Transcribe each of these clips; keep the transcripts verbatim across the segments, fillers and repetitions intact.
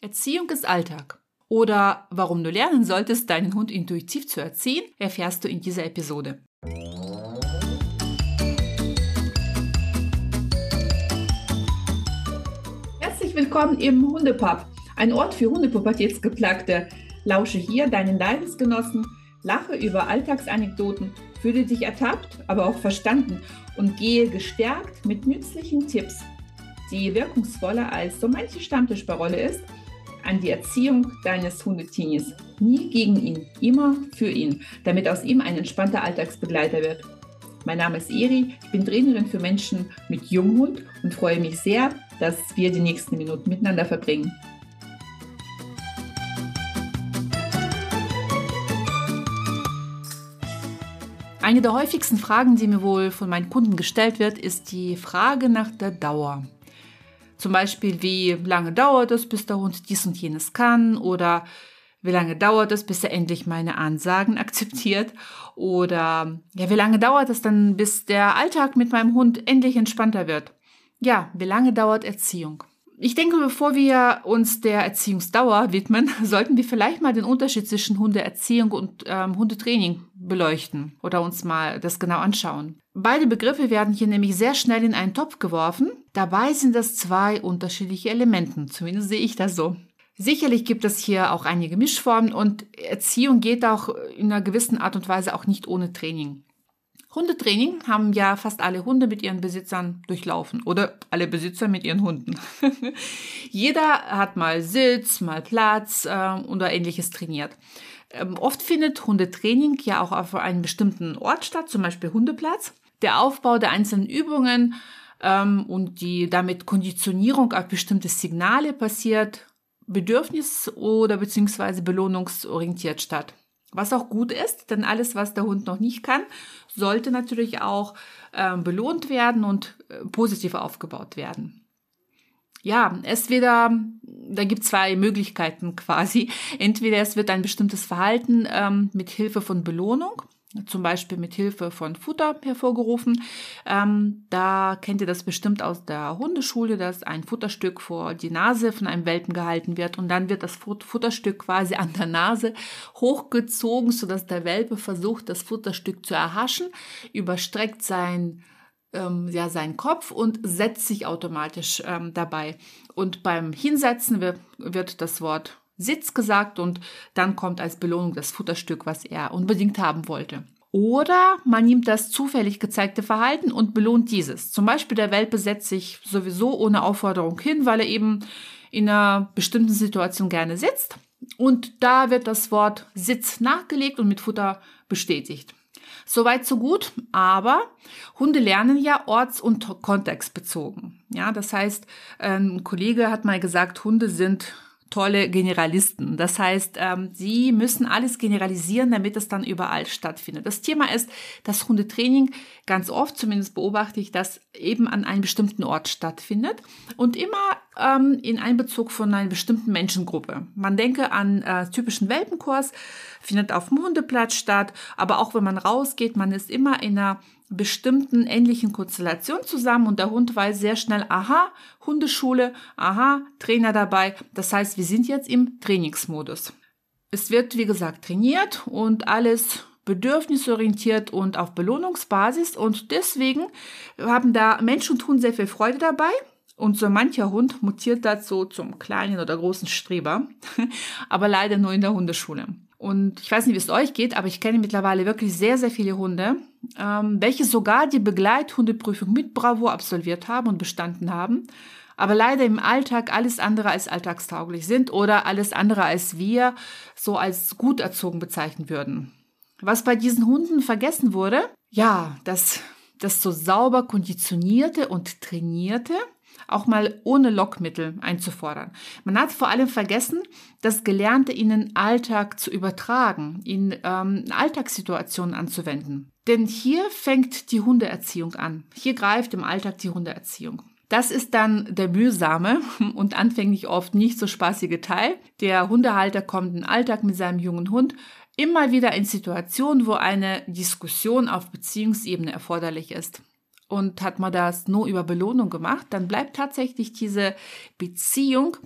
Erziehung ist Alltag. Oder warum du lernen solltest, deinen Hund intuitiv zu erziehen, erfährst du in dieser Episode. Herzlich willkommen im Hundepub, ein Ort für Hundepubertätsgeplagte. Lausche hier deinen Leidensgenossen, lache über Alltagsanekdoten, fühle dich ertappt, aber auch verstanden und gehe gestärkt mit nützlichen Tipps, die wirkungsvoller als so manche Stammtischparole ist, an die Erziehung deines Hundetinis. Nie gegen ihn, immer für ihn, damit aus ihm ein entspannter Alltagsbegleiter wird. Mein Name ist Eri, ich bin Trainerin für Menschen mit Junghund und freue mich sehr, dass wir die nächsten Minuten miteinander verbringen. Eine der häufigsten Fragen, die mir wohl von meinen Kunden gestellt wird, ist die Frage nach der Dauer. Zum Beispiel, wie lange dauert es, bis der Hund dies und jenes kann, oder wie lange dauert es, bis er endlich meine Ansagen akzeptiert, oder ja, wie lange dauert es dann, bis der Alltag mit meinem Hund endlich entspannter wird. Ja, wie lange dauert Erziehung? Ich denke, bevor wir uns der Erziehungsdauer widmen, sollten wir vielleicht mal den Unterschied zwischen Hundeerziehung und ähm, Hundetraining beleuchten oder uns mal das genau anschauen. Beide Begriffe werden hier nämlich sehr schnell in einen Topf geworfen. Dabei sind das zwei unterschiedliche Elemente, zumindest sehe ich das so. Sicherlich gibt es hier auch einige Mischformen und Erziehung geht auch in einer gewissen Art und Weise auch nicht ohne Training. Hundetraining haben ja fast alle Hunde mit ihren Besitzern durchlaufen oder alle Besitzer mit ihren Hunden. Jeder hat mal Sitz, mal Platz äh, oder ähnliches trainiert. Ähm, oft findet Hundetraining ja auch auf einem bestimmten Ort statt, zum Beispiel Hundeplatz. Der Aufbau der einzelnen Übungen ähm, und die damit Konditionierung auf bestimmte Signale passiert bedürfnis- oder beziehungsweise belohnungsorientiert statt. Was auch gut ist, denn alles, was der Hund noch nicht kann, sollte natürlich auch äh, belohnt werden und äh, positiv aufgebaut werden. Ja, entweder, da gibt es zwei Möglichkeiten quasi. Entweder es wird ein bestimmtes Verhalten ähm, mit Hilfe von Belohnung, zum Beispiel mit Hilfe von Futter hervorgerufen. Ähm, da kennt ihr das bestimmt aus der Hundeschule, dass ein Futterstück vor die Nase von einem Welpen gehalten wird und dann wird das Futterstück quasi an der Nase hochgezogen, sodass der Welpe versucht, das Futterstück zu erhaschen, überstreckt sein, ähm, ja, seinen Kopf und setzt sich automatisch ähm, dabei. Und beim Hinsetzen wird, wird das Wort Sitz gesagt und dann kommt als Belohnung das Futterstück, was er unbedingt haben wollte. Oder man nimmt das zufällig gezeigte Verhalten und belohnt dieses. Zum Beispiel der Welpe setzt sich sowieso ohne Aufforderung hin, weil er eben in einer bestimmten Situation gerne sitzt. Und da wird das Wort Sitz nachgelegt und mit Futter bestätigt. Soweit so gut, aber Hunde lernen ja orts- und kontextbezogen. Ja, das heißt, ein Kollege hat mal gesagt, Hunde sind tolle Generalisten. Das heißt, ähm, sie müssen alles generalisieren, damit es dann überall stattfindet. Das Thema ist, dass Hundetraining ganz oft, zumindest beobachte ich, das eben an einem bestimmten Ort stattfindet und immer ähm, in Einbezug von einer bestimmten Menschengruppe. Man denke an äh, typischen Welpenkurs, findet auf dem Hundeplatz statt, aber auch wenn man rausgeht, man ist immer in einer bestimmten ähnlichen Konstellation zusammen und der Hund weiß sehr schnell, aha, Hundeschule, aha, Trainer dabei. Das heißt, wir sind jetzt im Trainingsmodus. Es wird, wie gesagt, trainiert und alles bedürfnisorientiert und auf Belohnungsbasis und deswegen haben da Mensch und Hund sehr viel Freude dabei. Und so mancher Hund mutiert dazu zum kleinen oder großen Streber, aber leider nur in der Hundeschule. Und ich weiß nicht, wie es euch geht, aber ich kenne mittlerweile wirklich sehr, sehr viele Hunde, ähm, welche sogar die Begleithundeprüfung mit Bravour absolviert haben und bestanden haben, aber leider im Alltag alles andere als alltagstauglich sind oder alles andere als wir so als gut erzogen bezeichnen würden. Was bei diesen Hunden vergessen wurde, ja, dass das so sauber konditionierte und trainierte auch mal ohne Lockmittel einzufordern. Man hat vor allem vergessen, das Gelernte in den Alltag zu übertragen, in ähm, Alltagssituationen anzuwenden. Denn hier fängt die Hundeerziehung an. Hier greift im Alltag die Hundeerziehung. Das ist dann der mühsame und anfänglich oft nicht so spaßige Teil. Der Hundehalter kommt im Alltag mit seinem jungen Hund immer wieder in Situationen, wo eine Diskussion auf Beziehungsebene erforderlich ist. Und hat man das nur über Belohnung gemacht, dann bleibt tatsächlich diese Beziehung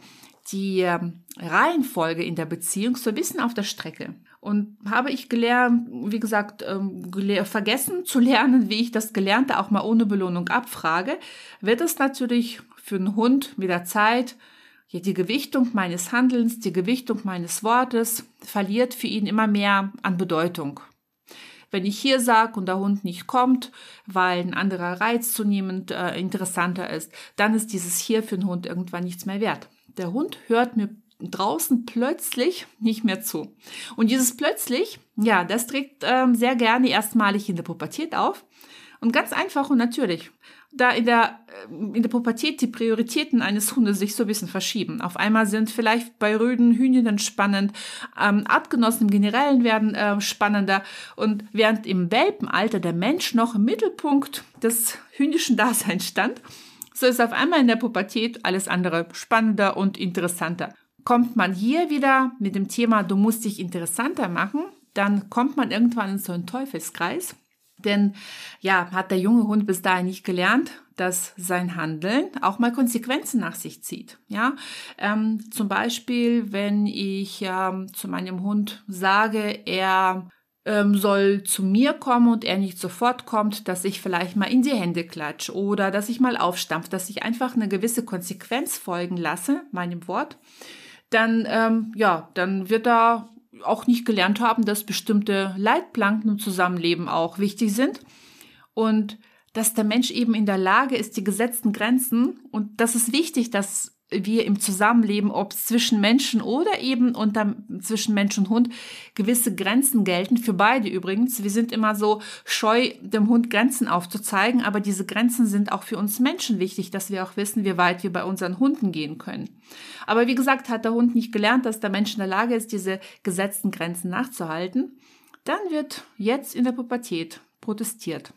die ähm, Reihenfolge in der Beziehung so ein bisschen auf der Strecke. Und habe ich gelernt, wie gesagt, ähm, gele- vergessen zu lernen, wie ich das Gelernte auch mal ohne Belohnung abfrage, wird es natürlich für einen Hund mit der Zeit, ja, die Gewichtung meines Handelns, die Gewichtung meines Wortes verliert für ihn immer mehr an Bedeutung. Wenn ich hier sage und der Hund nicht kommt, weil ein anderer Reiz zunehmend äh, interessanter ist, dann ist dieses hier für den Hund irgendwann nichts mehr wert. Der Hund hört mir draußen plötzlich nicht mehr zu. Und dieses plötzlich, ja, das trägt ähm, sehr gerne erstmalig in der Pubertät auf. Und ganz einfach und natürlich, da in der, in der Pubertät die Prioritäten eines Hundes sich so ein bisschen verschieben. Auf einmal sind vielleicht bei Rüden Hündinnen spannend, ähm, Artgenossen im Generellen werden äh, spannender und während im Welpenalter der Mensch noch im Mittelpunkt des hündischen Daseins stand, so ist auf einmal in der Pubertät alles andere spannender und interessanter. Kommt man hier wieder mit dem Thema, du musst dich interessanter machen, dann kommt man irgendwann in so einen Teufelskreis. Denn ja, hat der junge Hund bis dahin nicht gelernt, dass sein Handeln auch mal Konsequenzen nach sich zieht. Ja, ähm, zum Beispiel, wenn ich ähm, zu meinem Hund sage, er ähm, soll zu mir kommen und er nicht sofort kommt, dass ich vielleicht mal in die Hände klatsche oder dass ich mal aufstampfe, dass ich einfach eine gewisse Konsequenz folgen lasse, meinem Wort, dann ähm, ja, dann wird er auch nicht gelernt haben, dass bestimmte Leitplanken im Zusammenleben auch wichtig sind und dass der Mensch eben in der Lage ist, die gesetzten Grenzen, und das ist wichtig, dass wir im Zusammenleben, ob es zwischen Menschen oder eben unter, zwischen Mensch und Hund, gewisse Grenzen gelten, für beide übrigens. Wir sind immer so scheu, dem Hund Grenzen aufzuzeigen, aber diese Grenzen sind auch für uns Menschen wichtig, dass wir auch wissen, wie weit wir bei unseren Hunden gehen können. Aber wie gesagt, hat der Hund nicht gelernt, dass der Mensch in der Lage ist, diese gesetzten Grenzen nachzuhalten, dann wird jetzt in der Pubertät protestiert.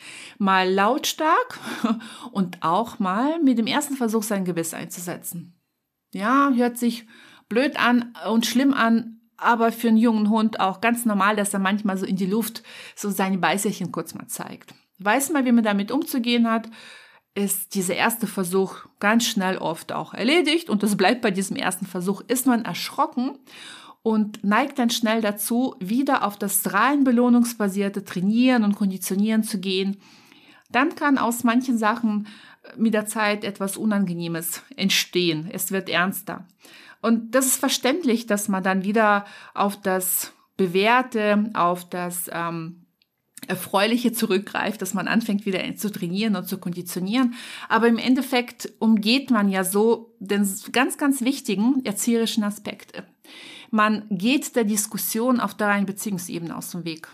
Mal lautstark und auch mal mit dem ersten Versuch sein Gebiss einzusetzen. Ja, hört sich blöd an und schlimm an, aber für einen jungen Hund auch ganz normal, dass er manchmal so in die Luft so seine Beißerchen kurz mal zeigt. Weiß mal, wie man damit umzugehen hat, ist dieser erste Versuch ganz schnell oft auch erledigt und es bleibt bei diesem ersten Versuch, ist man erschrocken und neigt dann schnell dazu, wieder auf das rein belohnungsbasierte Trainieren und Konditionieren zu gehen. Dann kann aus manchen Sachen mit der Zeit etwas Unangenehmes entstehen. Es wird ernster. Und das ist verständlich, dass man dann wieder auf das Bewährte, auf das ähm, Erfreuliche zurückgreift, dass man anfängt wieder zu trainieren und zu konditionieren. Aber im Endeffekt umgeht man ja so den ganz, ganz wichtigen erzieherischen Aspekt. Man geht der Diskussion auf der reinen Beziehungsebene aus dem Weg.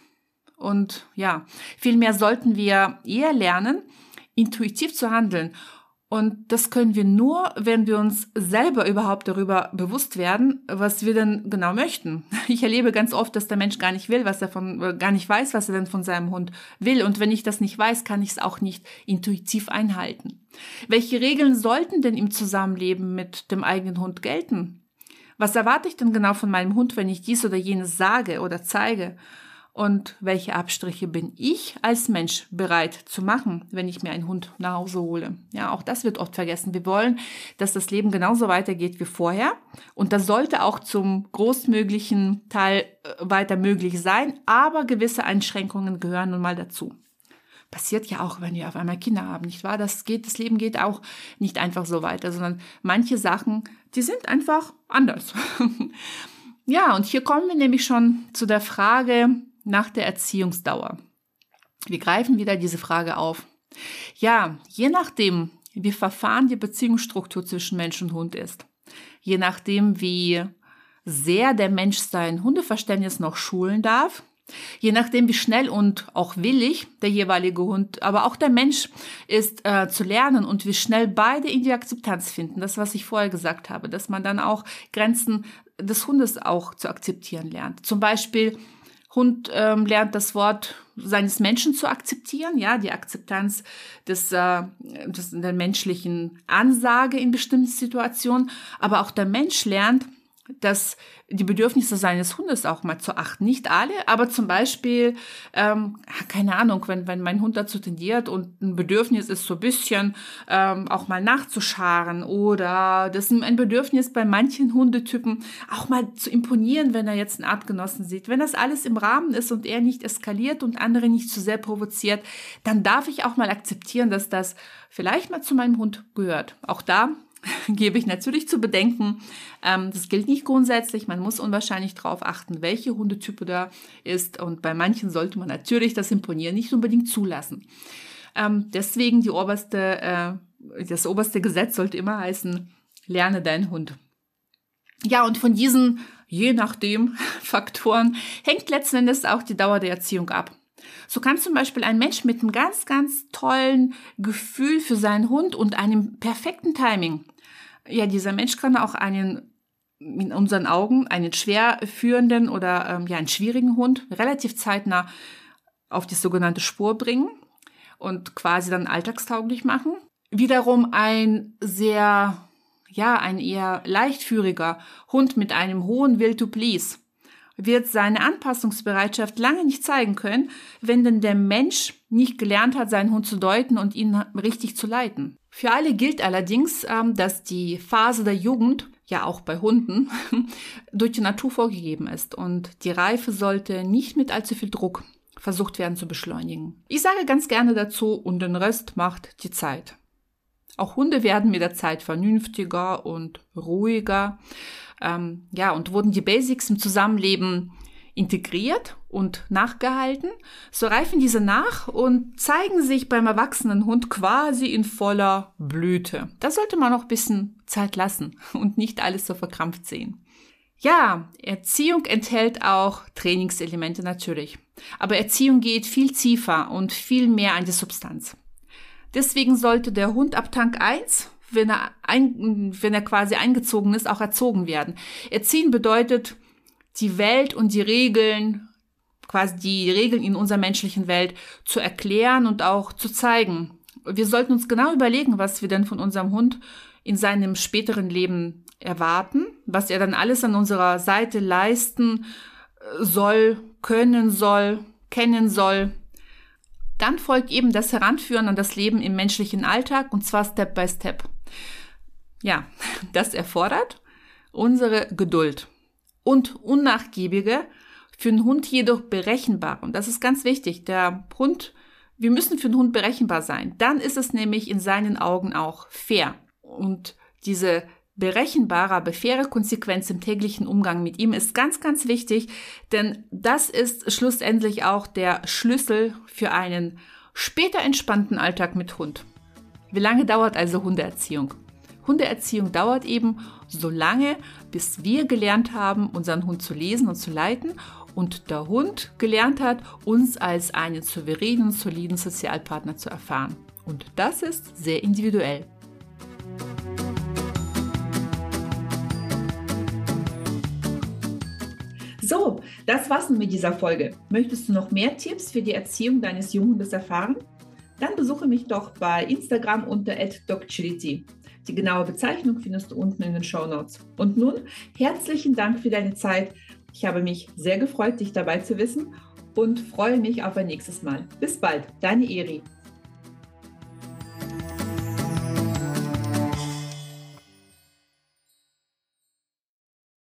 Und ja, vielmehr sollten wir eher lernen, intuitiv zu handeln. Und das können wir nur, wenn wir uns selber überhaupt darüber bewusst werden, was wir denn genau möchten. Ich erlebe ganz oft, dass der Mensch gar nicht will, was er von, gar nicht weiß, was er denn von seinem Hund will. Und wenn ich das nicht weiß, kann ich es auch nicht intuitiv einhalten. Welche Regeln sollten denn im Zusammenleben mit dem eigenen Hund gelten? Was erwarte ich denn genau von meinem Hund, wenn ich dies oder jenes sage oder zeige? Und welche Abstriche bin ich als Mensch bereit zu machen, wenn ich mir einen Hund nach Hause hole? Ja, auch das wird oft vergessen. Wir wollen, dass das Leben genauso weitergeht wie vorher. Und das sollte auch zum großmöglichen Teil weiter möglich sein. Aber gewisse Einschränkungen gehören nun mal dazu. Passiert ja auch, wenn wir auf einmal Kinder haben, nicht wahr? Das geht, das Leben geht auch nicht einfach so weiter, sondern manche Sachen, die sind einfach anders. Ja, und hier kommen wir nämlich schon zu der Frage nach der Erziehungsdauer. Wir greifen wieder diese Frage auf. Ja, je nachdem, wie verfahren die Beziehungsstruktur zwischen Mensch und Hund ist, je nachdem, wie sehr der Mensch sein Hundeverständnis noch schulen darf, je nachdem, wie schnell und auch willig der jeweilige Hund, aber auch der Mensch ist äh, zu lernen und wie schnell beide in die Akzeptanz finden. Das, was ich vorher gesagt habe, dass man dann auch Grenzen des Hundes auch zu akzeptieren lernt. Zum Beispiel, Hund ähm, lernt das Wort seines Menschen zu akzeptieren, ja, die Akzeptanz des, äh, des der menschlichen Ansage in bestimmten Situationen, aber auch der Mensch lernt, dass die Bedürfnisse seines Hundes auch mal zu achten. Nicht alle, aber zum Beispiel, ähm, keine Ahnung, wenn, wenn mein Hund dazu tendiert und ein Bedürfnis ist, so ein bisschen ähm, auch mal nachzuscharen oder das ist ein Bedürfnis bei manchen Hundetypen, auch mal zu imponieren, wenn er jetzt einen Artgenossen sieht. Wenn das alles im Rahmen ist und er nicht eskaliert und andere nicht zu sehr provoziert, dann darf ich auch mal akzeptieren, dass das vielleicht mal zu meinem Hund gehört. Auch da gebe ich natürlich zu bedenken, ähm, das gilt nicht grundsätzlich, man muss unwahrscheinlich darauf achten, welche Hundetype da ist und bei manchen sollte man natürlich das Imponieren nicht unbedingt zulassen. Ähm, deswegen die oberste, äh, das oberste Gesetz sollte immer heißen, lerne deinen Hund. Ja, und von diesen, je nachdem, Faktoren hängt letzten Endes auch die Dauer der Erziehung ab. So kann zum Beispiel ein Mensch mit einem ganz, ganz tollen Gefühl für seinen Hund und einem perfekten Timing, ja, dieser Mensch kann auch einen, in unseren Augen, einen schwer führenden oder ähm, ja, einen schwierigen Hund relativ zeitnah auf die sogenannte Spur bringen und quasi dann alltagstauglich machen. Wiederum ein sehr, ja, ein eher leichtführiger Hund mit einem hohen Will to Please wird seine Anpassungsbereitschaft lange nicht zeigen können, wenn denn der Mensch nicht gelernt hat, seinen Hund zu deuten und ihn richtig zu leiten. Für alle gilt allerdings, dass die Phase der Jugend, ja auch bei Hunden, durch die Natur vorgegeben ist und die Reife sollte nicht mit allzu viel Druck versucht werden zu beschleunigen. Ich sage ganz gerne dazu, und den Rest macht die Zeit. Auch Hunde werden mit der Zeit vernünftiger und ruhiger. Ähm, ja, und wurden die Basics im Zusammenleben integriert und nachgehalten, so reifen diese nach und zeigen sich beim erwachsenen Hund quasi in voller Blüte. Da sollte man noch ein bisschen Zeit lassen und nicht alles so verkrampft sehen. Ja, Erziehung enthält auch Trainingselemente natürlich, aber Erziehung geht viel tiefer und viel mehr an die Substanz. Deswegen sollte der Hund ab Tag eins, wenn er, ein, wenn er quasi eingezogen ist, auch erzogen werden. Erziehen bedeutet, die Welt und die Regeln, quasi die Regeln in unserer menschlichen Welt zu erklären und auch zu zeigen. Wir sollten uns genau überlegen, was wir denn von unserem Hund in seinem späteren Leben erwarten, was er dann alles an unserer Seite leisten soll, können soll, kennen soll. Dann folgt eben das Heranführen an das Leben im menschlichen Alltag und zwar Step by Step. Ja, das erfordert unsere Geduld und unnachgiebige, für den Hund jedoch berechenbar. Und das ist ganz wichtig. Der Hund, wir müssen für den Hund berechenbar sein. Dann ist es nämlich in seinen Augen auch fair. Und diese berechenbare, aber faire Konsequenz im täglichen Umgang mit ihm ist ganz, ganz wichtig, denn das ist schlussendlich auch der Schlüssel für einen später entspannten Alltag mit Hund. Wie lange dauert also Hundeerziehung? Hundeerziehung dauert eben so lange, bis wir gelernt haben, unseren Hund zu lesen und zu leiten und der Hund gelernt hat, uns als einen souveränen, soliden Sozialpartner zu erfahren. Und das ist sehr individuell. So, das war's nun mit dieser Folge. Möchtest du noch mehr Tipps für die Erziehung deines Junghundes erfahren? Dann besuche mich doch bei Instagram unter at dogchility. Die genaue Bezeichnung findest du unten in den Shownotes. Und nun, herzlichen Dank für deine Zeit. Ich habe mich sehr gefreut, dich dabei zu wissen und freue mich auf ein nächstes Mal. Bis bald, deine Eri.